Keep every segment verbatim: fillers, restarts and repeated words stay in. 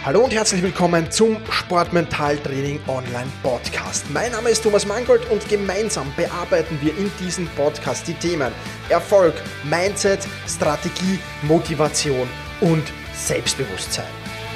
Hallo und herzlich willkommen zum Sportmentaltraining Online Podcast. Mein Name ist Thomas Mangold und gemeinsam bearbeiten wir in diesem Podcast die Themen Erfolg, Mindset, Strategie, Motivation und Selbstbewusstsein.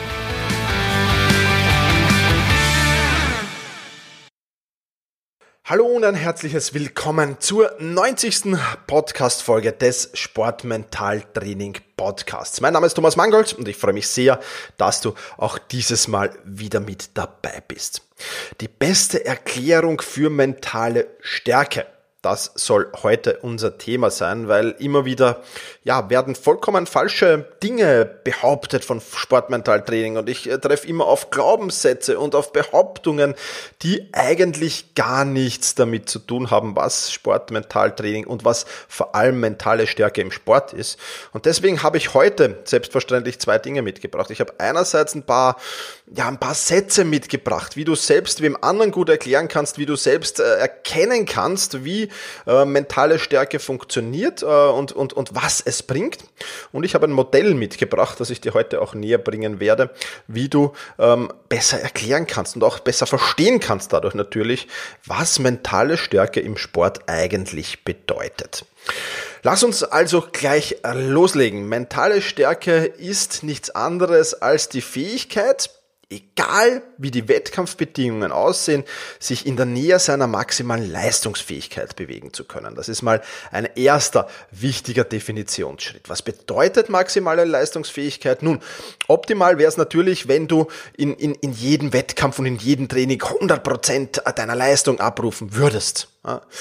Hallo und ein herzliches Willkommen zur neunzigsten Podcast-Folge des Sportmentaltraining Podcasts. Mein Name ist Thomas Mangold und ich freue mich sehr, dass du auch dieses Mal wieder mit dabei bist. Die beste Erklärung für mentale Stärke. Das soll heute unser Thema sein, weil immer wieder ja, werden vollkommen falsche Dinge behauptet von Sportmentaltraining und ich äh, treffe immer auf Glaubenssätze und auf Behauptungen, die eigentlich gar nichts damit zu tun haben, was Sportmentaltraining und was vor allem mentale Stärke im Sport ist. Und deswegen habe ich heute selbstverständlich zwei Dinge mitgebracht. Ich habe einerseits ein paar, ja, ein paar Sätze mitgebracht, wie du selbst wem anderen gut erklären kannst, wie du selbst äh, erkennen kannst, wie Äh, mentale Stärke funktioniert äh, und, und, und was es bringt. Und ich habe ein Modell mitgebracht, das ich dir heute auch näher bringen werde, wie du ähm, besser erklären kannst und auch besser verstehen kannst dadurch natürlich, was mentale Stärke im Sport eigentlich bedeutet. Lass uns also gleich loslegen. Mentale Stärke ist nichts anderes als die Fähigkeit, egal wie die Wettkampfbedingungen aussehen, sich in der Nähe seiner maximalen Leistungsfähigkeit bewegen zu können. Das ist mal ein erster wichtiger Definitionsschritt. Was bedeutet maximale Leistungsfähigkeit? Nun, optimal wäre es natürlich, wenn du in, in, in jedem Wettkampf und in jedem Training hundert Prozent deiner Leistung abrufen würdest.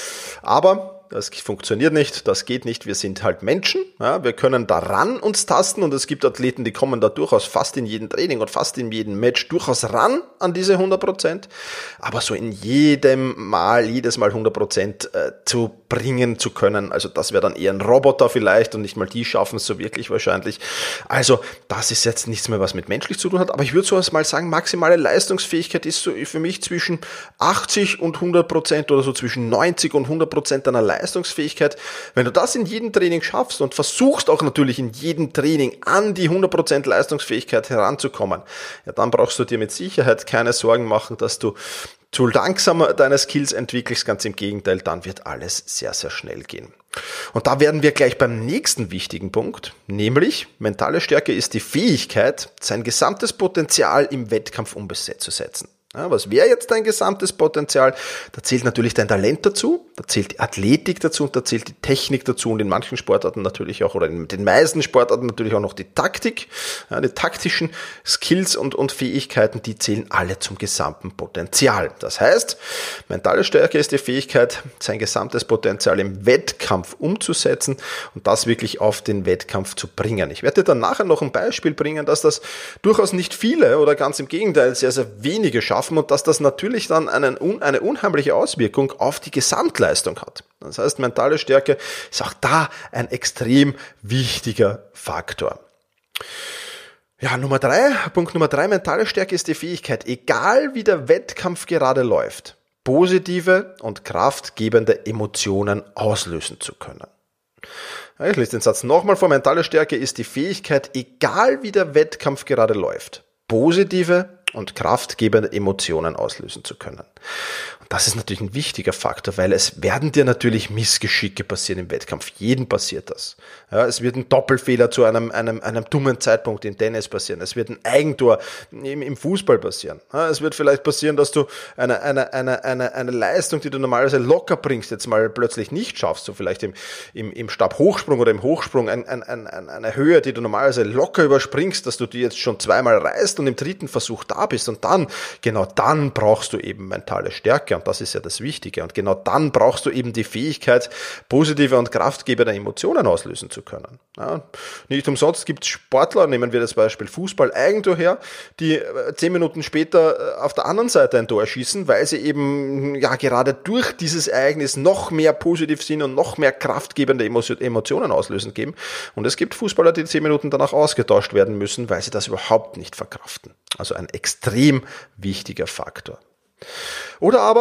Aber das funktioniert nicht, das geht nicht, wir sind halt Menschen, ja, wir können daran uns tasten und es gibt Athleten, die kommen da durchaus fast in jedem Training und fast in jedem Match durchaus ran an diese hundert Prozent, aber so in jedem Mal, jedes Mal hundert Prozent äh, zu bringen zu können, also das wäre dann eher ein Roboter vielleicht und nicht mal die schaffen es so wirklich wahrscheinlich, also das ist jetzt nichts mehr, was mit menschlich zu tun hat, aber ich würde so mal sagen, maximale Leistungsfähigkeit ist so für mich zwischen achtzig und hundert Prozent oder so zwischen neunzig und hundert Prozent deiner Leistung Leistungsfähigkeit. Wenn du das in jedem Training schaffst und versuchst auch natürlich in jedem Training an die hundert Prozent Leistungsfähigkeit heranzukommen, ja, dann brauchst du dir mit Sicherheit keine Sorgen machen, dass du zu langsam deine Skills entwickelst. Ganz im Gegenteil, dann wird alles sehr, sehr schnell gehen. Und da werden wir gleich beim nächsten wichtigen Punkt, nämlich mentale Stärke ist die Fähigkeit, sein gesamtes Potenzial im Wettkampf umzusetzen. Ja, was wäre jetzt dein gesamtes Potenzial? Da zählt natürlich dein Talent dazu, da zählt die Athletik dazu und da zählt die Technik dazu und in manchen Sportarten natürlich auch, oder in den meisten Sportarten natürlich auch noch die Taktik, ja, die taktischen Skills und, und Fähigkeiten, die zählen alle zum gesamten Potenzial. Das heißt, mentale Stärke ist die Fähigkeit, sein gesamtes Potenzial im Wettkampf umzusetzen und das wirklich auf den Wettkampf zu bringen. Ich werde dir dann nachher noch ein Beispiel bringen, dass das durchaus nicht viele oder ganz im Gegenteil sehr, sehr wenige schaffen und dass das natürlich dann einen, eine unheimliche Auswirkung auf die Gesamtleistung hat. Das heißt, mentale Stärke ist auch da ein extrem wichtiger Faktor. Ja, Nummer drei, Punkt Nummer drei, mentale Stärke ist die Fähigkeit, egal wie der Wettkampf gerade läuft, positive und kraftgebende Emotionen auslösen zu können. Ich lese den Satz nochmal vor, mentale Stärke ist die Fähigkeit, egal wie der Wettkampf gerade läuft, positive und kraftgebende Emotionen auslösen zu können. Und das ist natürlich ein wichtiger Faktor, weil es werden dir natürlich Missgeschicke passieren im Wettkampf. Jedem passiert das. Ja, es wird ein Doppelfehler zu einem, einem, einem dummen Zeitpunkt im Tennis passieren. Es wird ein Eigentor im, im Fußball passieren. Ja, es wird vielleicht passieren, dass du eine, eine, eine, eine, eine Leistung, die du normalerweise locker bringst, jetzt mal plötzlich nicht schaffst. So vielleicht im, im, im Stabhochsprung oder im Hochsprung ein, ein, ein, eine Höhe, die du normalerweise locker überspringst, dass du die jetzt schon zweimal reißt und im dritten Versuch da bist. Und dann, genau dann brauchst du eben mentale Stärke. Und das ist ja das Wichtige. Und genau dann brauchst du eben die Fähigkeit, positive und kraftgebende Emotionen auslösen zu können. Ja, nicht umsonst gibt es Sportler, nehmen wir das Beispiel Fußball, Eigentor her, die zehn Minuten später auf der anderen Seite ein Tor schießen, weil sie eben ja gerade durch dieses Ereignis noch mehr positiv sind und noch mehr kraftgebende Emotionen auslösen geben. Und es gibt Fußballer, die zehn Minuten danach ausgetauscht werden müssen, weil sie das überhaupt nicht verkraften. Also ein extrem wichtiger Faktor. Oder aber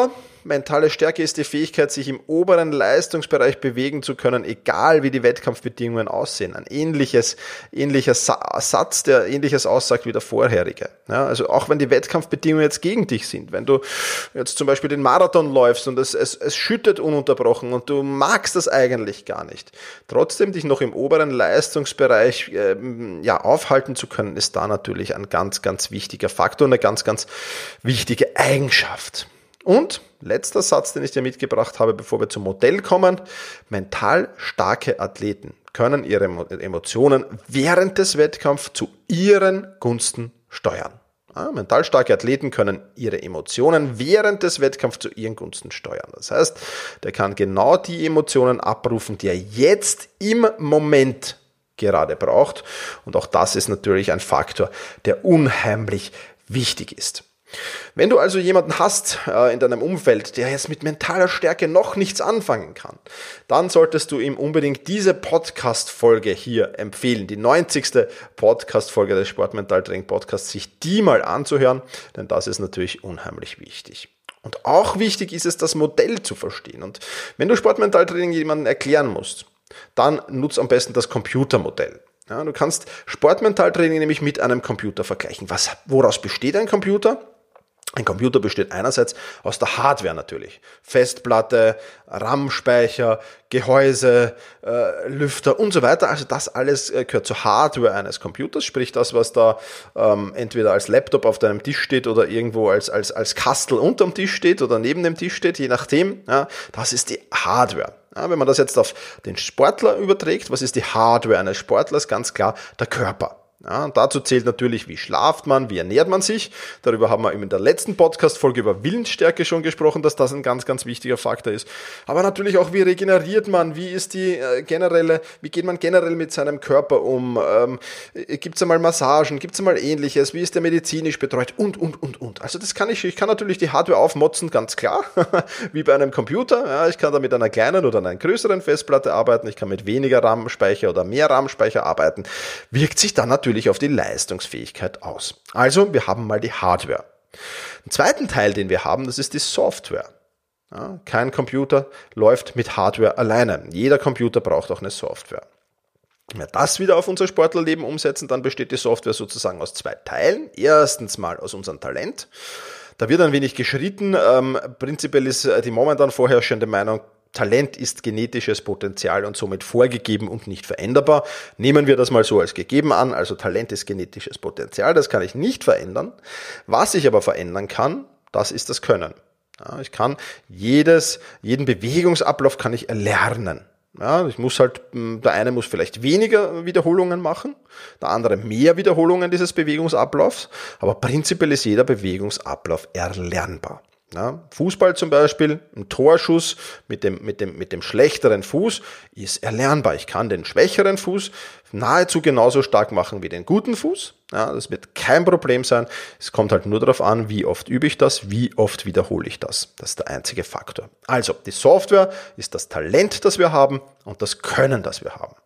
mentale Stärke ist die Fähigkeit, sich im oberen Leistungsbereich bewegen zu können, egal wie die Wettkampfbedingungen aussehen. Ein ähnliches, ähnlicher Sa- Satz, der ähnliches aussagt wie der vorherige. Ja, also auch wenn die Wettkampfbedingungen jetzt gegen dich sind, wenn du jetzt zum Beispiel den Marathon läufst und es, es, es schüttet ununterbrochen und du magst das eigentlich gar nicht, trotzdem dich noch im oberen Leistungsbereich äh, ja, aufhalten zu können, ist da natürlich ein ganz, ganz wichtiger Faktor und eine ganz, ganz wichtige Eigenschaft. Und letzter Satz, den ich dir mitgebracht habe, bevor wir zum Modell kommen: Mental starke Athleten können ihre Emotionen während des Wettkampfs zu ihren Gunsten steuern. Ja, mental starke Athleten können ihre Emotionen während des Wettkampfs zu ihren Gunsten steuern. Das heißt, der kann genau die Emotionen abrufen, die er jetzt im Moment gerade braucht. Und auch das ist natürlich ein Faktor, der unheimlich wichtig ist. Wenn du also jemanden hast äh, in deinem Umfeld, der jetzt mit mentaler Stärke noch nichts anfangen kann, dann solltest du ihm unbedingt diese Podcast-Folge hier empfehlen, die neunzigste Podcast-Folge des Sportmental-Training-Podcasts, sich die mal anzuhören, denn das ist natürlich unheimlich wichtig. Und auch wichtig ist es, das Modell zu verstehen. Und wenn du Sportmental-Training jemandem erklären musst, dann nutz am besten das Computermodell. Ja, du kannst Sportmental-Training nämlich mit einem Computer vergleichen. Was, woraus besteht ein Computer? Ein Computer besteht einerseits aus der Hardware natürlich. Festplatte, RAM-Speicher, Gehäuse, äh, Lüfter und so weiter. Also das alles äh, gehört zur Hardware eines Computers, sprich das, was da ähm, entweder als Laptop auf deinem Tisch steht oder irgendwo als, als, als Kastel unterm Tisch steht oder neben dem Tisch steht, je nachdem. Ja, das ist die Hardware. Ja, wenn man das jetzt auf den Sportler überträgt, was ist die Hardware eines Sportlers? Ganz klar, der Körper. Ja, und dazu zählt natürlich, wie schlaft man, wie ernährt man sich. Darüber haben wir in der letzten Podcast-Folge über Willensstärke schon gesprochen, dass das ein ganz, ganz wichtiger Faktor ist. Aber natürlich auch, wie regeneriert man, wie ist die äh, generelle, wie geht man generell mit seinem Körper um? Ähm, gibt es einmal Massagen, gibt es einmal Ähnliches, wie ist der medizinisch betreut und, und, und, und. Also das kann ich, ich kann natürlich die Hardware aufmotzen, ganz klar, wie bei einem Computer. Ja, ich kann da mit einer kleinen oder einer größeren Festplatte arbeiten, ich kann mit weniger RAM-Speicher oder mehr RAM-Speicher arbeiten. Wirkt sich dann natürlich auf die Leistungsfähigkeit aus. Also, wir haben mal die Hardware. Den zweiten Teil, den wir haben, das ist die Software. Ja, kein Computer läuft mit Hardware alleine. Jeder Computer braucht auch eine Software. Wenn wir das wieder auf unser Sportlerleben umsetzen, dann besteht die Software sozusagen aus zwei Teilen. Erstens mal aus unserem Talent. Da wird ein wenig geschritten. Ähm, prinzipiell ist die momentan vorherrschende Meinung, Talent ist genetisches Potenzial und somit vorgegeben und nicht veränderbar. Nehmen wir das mal so als gegeben an. Also Talent ist genetisches Potenzial, das kann ich nicht verändern. Was ich aber verändern kann, das ist das Können. Ja, ich kann jedes, jeden Bewegungsablauf kann ich erlernen. Ja, ich muss halt, der eine muss vielleicht weniger Wiederholungen machen, der andere mehr Wiederholungen dieses Bewegungsablaufs, aber prinzipiell ist jeder Bewegungsablauf erlernbar. Ja, Fußball zum Beispiel, ein Torschuss mit dem, mit dem, mit dem schlechteren Fuß ist erlernbar. Ich kann den schwächeren Fuß nahezu genauso stark machen wie den guten Fuß. Ja, das wird kein Problem sein. Es kommt halt nur darauf an, wie oft übe ich das, wie oft wiederhole ich das. Das ist der einzige Faktor. Also, die Software ist das Talent, das wir haben und das Können, das wir haben.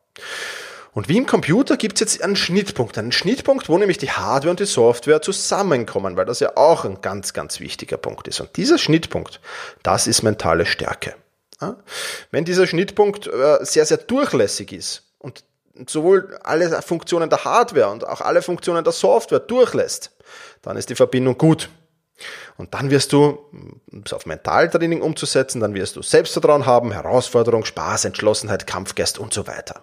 Und wie im Computer gibt es jetzt einen Schnittpunkt, einen Schnittpunkt, wo nämlich die Hardware und die Software zusammenkommen, weil das ja auch ein ganz, ganz wichtiger Punkt ist. Und dieser Schnittpunkt, das ist mentale Stärke. Ja? Wenn dieser Schnittpunkt äh, sehr, sehr durchlässig ist und sowohl alle Funktionen der Hardware und auch alle Funktionen der Software durchlässt, dann ist die Verbindung gut. Und dann wirst du, um es auf Mentaltraining umzusetzen, dann wirst du Selbstvertrauen haben, Herausforderung, Spaß, Entschlossenheit, Kampfgeist und so weiter.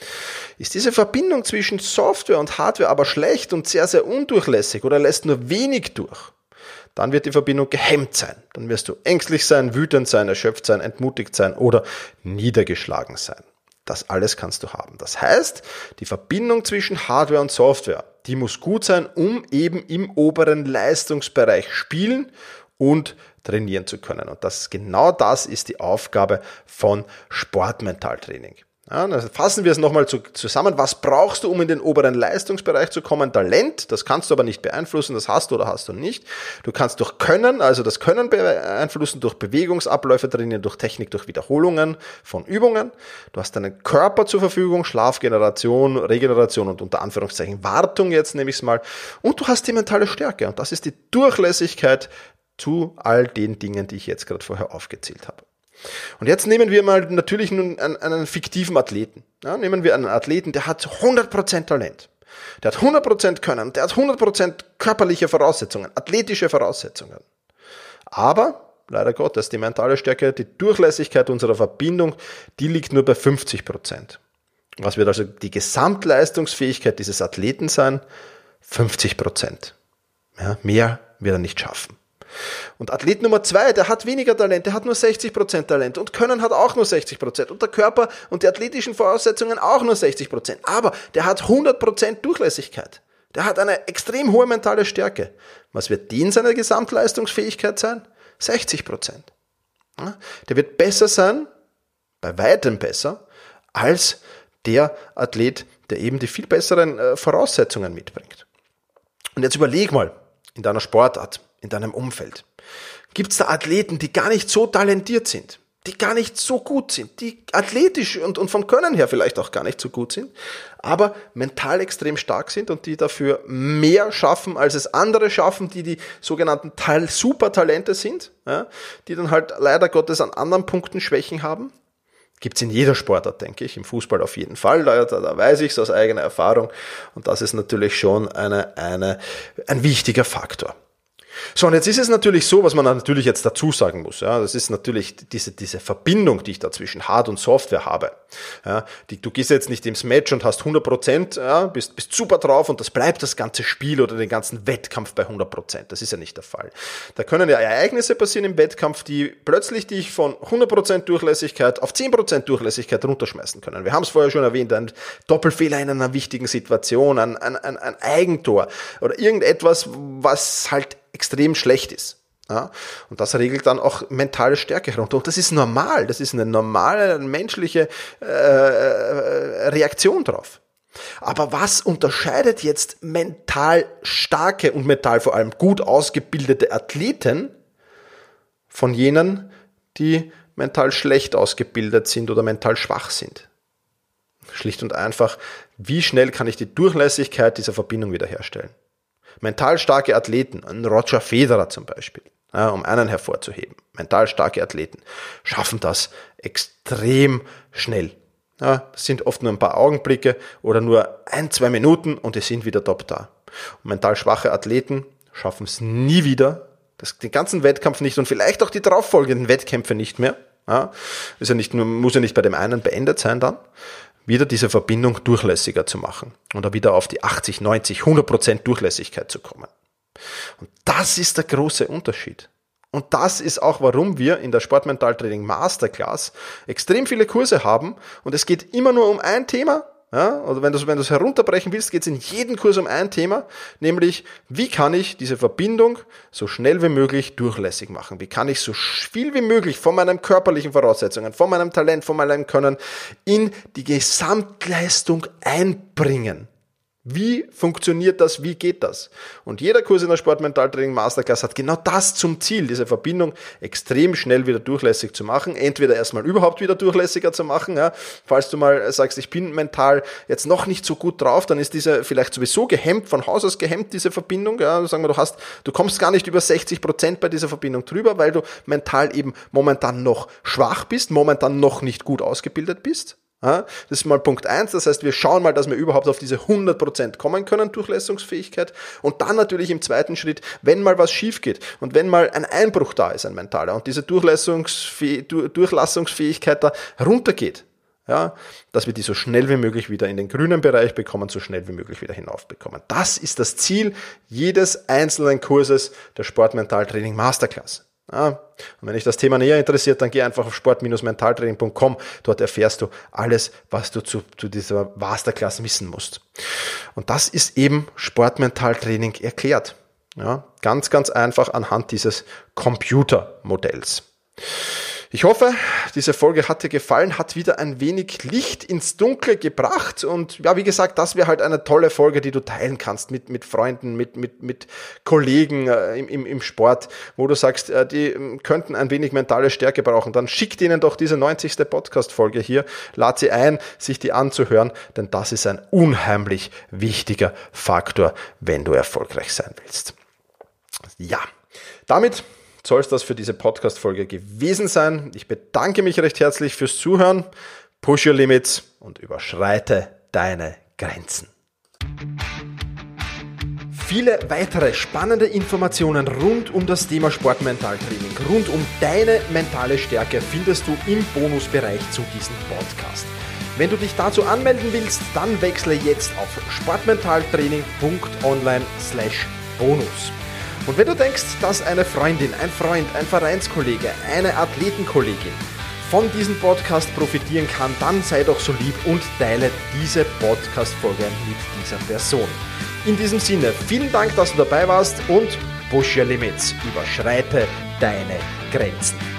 Ist diese Verbindung zwischen Software und Hardware aber schlecht und sehr, sehr undurchlässig oder lässt nur wenig durch, dann wird die Verbindung gehemmt sein. Dann wirst du ängstlich sein, wütend sein, erschöpft sein, entmutigt sein oder niedergeschlagen sein. Das alles kannst du haben. Das heißt, die Verbindung zwischen Hardware und Software, die muss gut sein, um eben im oberen Leistungsbereich spielen und trainieren zu können. Und das, genau das ist die Aufgabe von Sportmentaltraining. Ja, dann fassen wir es nochmal zu, zusammen. Was brauchst du, um in den oberen Leistungsbereich zu kommen? Talent, das kannst du aber nicht beeinflussen, das hast du oder hast du nicht. Du kannst durch Können, also das Können beeinflussen, durch Bewegungsabläufe trainieren, durch Technik, durch Wiederholungen von Übungen. Du hast deinen Körper zur Verfügung, Schlafgeneration, Regeneration und unter Anführungszeichen Wartung, jetzt nehme ich es mal. Und du hast die mentale Stärke und das ist die Durchlässigkeit zu all den Dingen, die ich jetzt gerade vorher aufgezählt habe. Und jetzt nehmen wir mal natürlich nun einen, einen fiktiven Athleten. Ja, nehmen wir einen Athleten, der hat hundert Prozent Talent. Der hat hundert Prozent Können, der hat hundert Prozent körperliche Voraussetzungen, athletische Voraussetzungen. Aber, leider Gottes, die mentale Stärke, die Durchlässigkeit unserer Verbindung, die liegt nur bei fünfzig Prozent. Was wird also die Gesamtleistungsfähigkeit dieses Athleten sein? fünfzig Prozent. Ja, mehr wird er nicht schaffen. Und Athlet Nummer zwei, der hat weniger Talent, der hat nur sechzig Prozent Talent und Können hat auch nur sechzig Prozent und der Körper und die athletischen Voraussetzungen auch nur sechzig Prozent. Aber der hat hundert Prozent Durchlässigkeit. Der hat eine extrem hohe mentale Stärke. Was wird die in seiner Gesamtleistungsfähigkeit sein? sechzig Prozent. Ja, der wird besser sein, bei weitem besser, als der Athlet, der eben die viel besseren äh, Voraussetzungen mitbringt. Und jetzt überleg mal, in deiner Sportart, in deinem Umfeld. Gibt es da Athleten, die gar nicht so talentiert sind, die gar nicht so gut sind, die athletisch und, und vom Können her vielleicht auch gar nicht so gut sind, aber mental extrem stark sind und die dafür mehr schaffen, als es andere schaffen, die die sogenannten Teil Supertalente sind, ja, die dann halt leider Gottes an anderen Punkten Schwächen haben? Gibt es in jeder Sportart, denke ich, im Fußball auf jeden Fall, da, da, da weiß ich es aus eigener Erfahrung und das ist natürlich schon eine, eine, ein wichtiger Faktor. So, und jetzt ist es natürlich so, was man natürlich jetzt dazu sagen muss, ja, das ist natürlich diese, diese Verbindung, die ich da zwischen Hard- und Software habe. Ja, die, du gehst jetzt nicht ins Match und hast hundert Prozent, ja, bist, bist super drauf und das bleibt das ganze Spiel oder den ganzen Wettkampf bei hundert Prozent. Das ist ja nicht der Fall. Da können ja Ereignisse passieren im Wettkampf, die plötzlich dich von hundert Prozent Durchlässigkeit auf zehn Prozent Durchlässigkeit runterschmeißen können. Wir haben es vorher schon erwähnt, ein Doppelfehler in einer wichtigen Situation, ein, ein, ein, ein Eigentor oder irgendetwas, was halt extrem schlecht ist. Ja, und das regelt dann auch mentale Stärke herunter. Und das ist normal, das ist eine normale menschliche äh, Reaktion drauf. Aber was unterscheidet jetzt mental starke und mental vor allem gut ausgebildete Athleten von jenen, die mental schlecht ausgebildet sind oder mental schwach sind? Schlicht und einfach, wie schnell kann ich die Durchlässigkeit dieser Verbindung wiederherstellen? Mental starke Athleten, ein Roger Federer zum Beispiel, ja, um einen hervorzuheben, mental starke Athleten schaffen das extrem schnell. Ja, das sind oft nur ein paar Augenblicke oder nur ein, zwei Minuten und die sind wieder top da. Und mental schwache Athleten schaffen es nie wieder, das, den ganzen Wettkampf nicht und vielleicht auch die darauffolgenden Wettkämpfe nicht mehr. Ja, ist ja nicht nur, muss ja nicht bei dem einen beendet sein dann, wieder diese Verbindung durchlässiger zu machen und da wieder auf die achtzig, neunzig, hundert Prozent Durchlässigkeit zu kommen. Und das ist der große Unterschied. Und das ist auch, warum wir in der Sportmentaltraining Masterclass extrem viele Kurse haben und es geht immer nur um ein Thema. Ja, oder wenn du wenn du es herunterbrechen willst, geht es in jedem Kurs um ein Thema, nämlich wie kann ich diese Verbindung so schnell wie möglich durchlässig machen? Wie kann ich so viel wie möglich von meinen körperlichen Voraussetzungen, von meinem Talent, von meinem Können in die Gesamtleistung einbringen? Wie funktioniert das? Wie geht das? Und jeder Kurs in der Sportmentaltraining Masterclass hat genau das zum Ziel, diese Verbindung extrem schnell wieder durchlässig zu machen. Entweder erstmal überhaupt wieder durchlässiger zu machen. Ja. Falls du mal sagst, ich bin mental jetzt noch nicht so gut drauf, dann ist diese vielleicht sowieso gehemmt, von Haus aus gehemmt, diese Verbindung. Ja. Sagen wir, du hast, du kommst gar nicht über sechzig Prozent bei dieser Verbindung drüber, weil du mental eben momentan noch schwach bist, momentan noch nicht gut ausgebildet bist. Das ist mal Punkt eins, das heißt, wir schauen mal, dass wir überhaupt auf diese hundert Prozent kommen können, Durchlässungsfähigkeit. Und dann natürlich im zweiten Schritt, wenn mal was schief geht und wenn mal ein Einbruch da ist, ein mentaler, und diese Durchlässungsfäh- Durchlassungsfähigkeit da runtergeht, ja, dass wir die so schnell wie möglich wieder in den grünen Bereich bekommen, so schnell wie möglich wieder hinaufbekommen. Das ist das Ziel jedes einzelnen Kurses der Sportmentaltraining Masterclass. Ja, und wenn dich das Thema näher interessiert, dann geh einfach auf sport Bindestrich mentaltraining Punkt com. Dort erfährst du alles, was du zu, zu dieser Masterclass wissen musst. Und das ist eben Sportmentaltraining erklärt. Ja, ganz, ganz einfach anhand dieses Computermodells. Ich hoffe, diese Folge hat dir gefallen, hat wieder ein wenig Licht ins Dunkle gebracht und ja, wie gesagt, das wäre halt eine tolle Folge, die du teilen kannst mit mit Freunden, mit mit mit Kollegen äh, im, im im Sport, wo du sagst, äh, die äh, könnten ein wenig mentale Stärke brauchen. Dann schick denen doch diese neunzigste Podcast-Folge hier, lad sie ein, sich die anzuhören, denn das ist ein unheimlich wichtiger Faktor, wenn du erfolgreich sein willst. Ja, damit soll es das für diese Podcast-Folge gewesen sein. Ich bedanke mich recht herzlich fürs Zuhören. Push your limits und überschreite deine Grenzen. Viele weitere spannende Informationen rund um das Thema Sportmentaltraining, rund um deine mentale Stärke findest du im Bonusbereich zu diesem Podcast. Wenn du dich dazu anmelden willst, dann wechsle jetzt auf sportmentaltraining.online slash bonus. Und wenn du denkst, dass eine Freundin, ein Freund, ein Vereinskollege, eine Athletenkollegin von diesem Podcast profitieren kann, dann sei doch so lieb und teile diese Podcast-Folge mit dieser Person. In diesem Sinne, vielen Dank, dass du dabei warst und push your limits, überschreite deine Grenzen.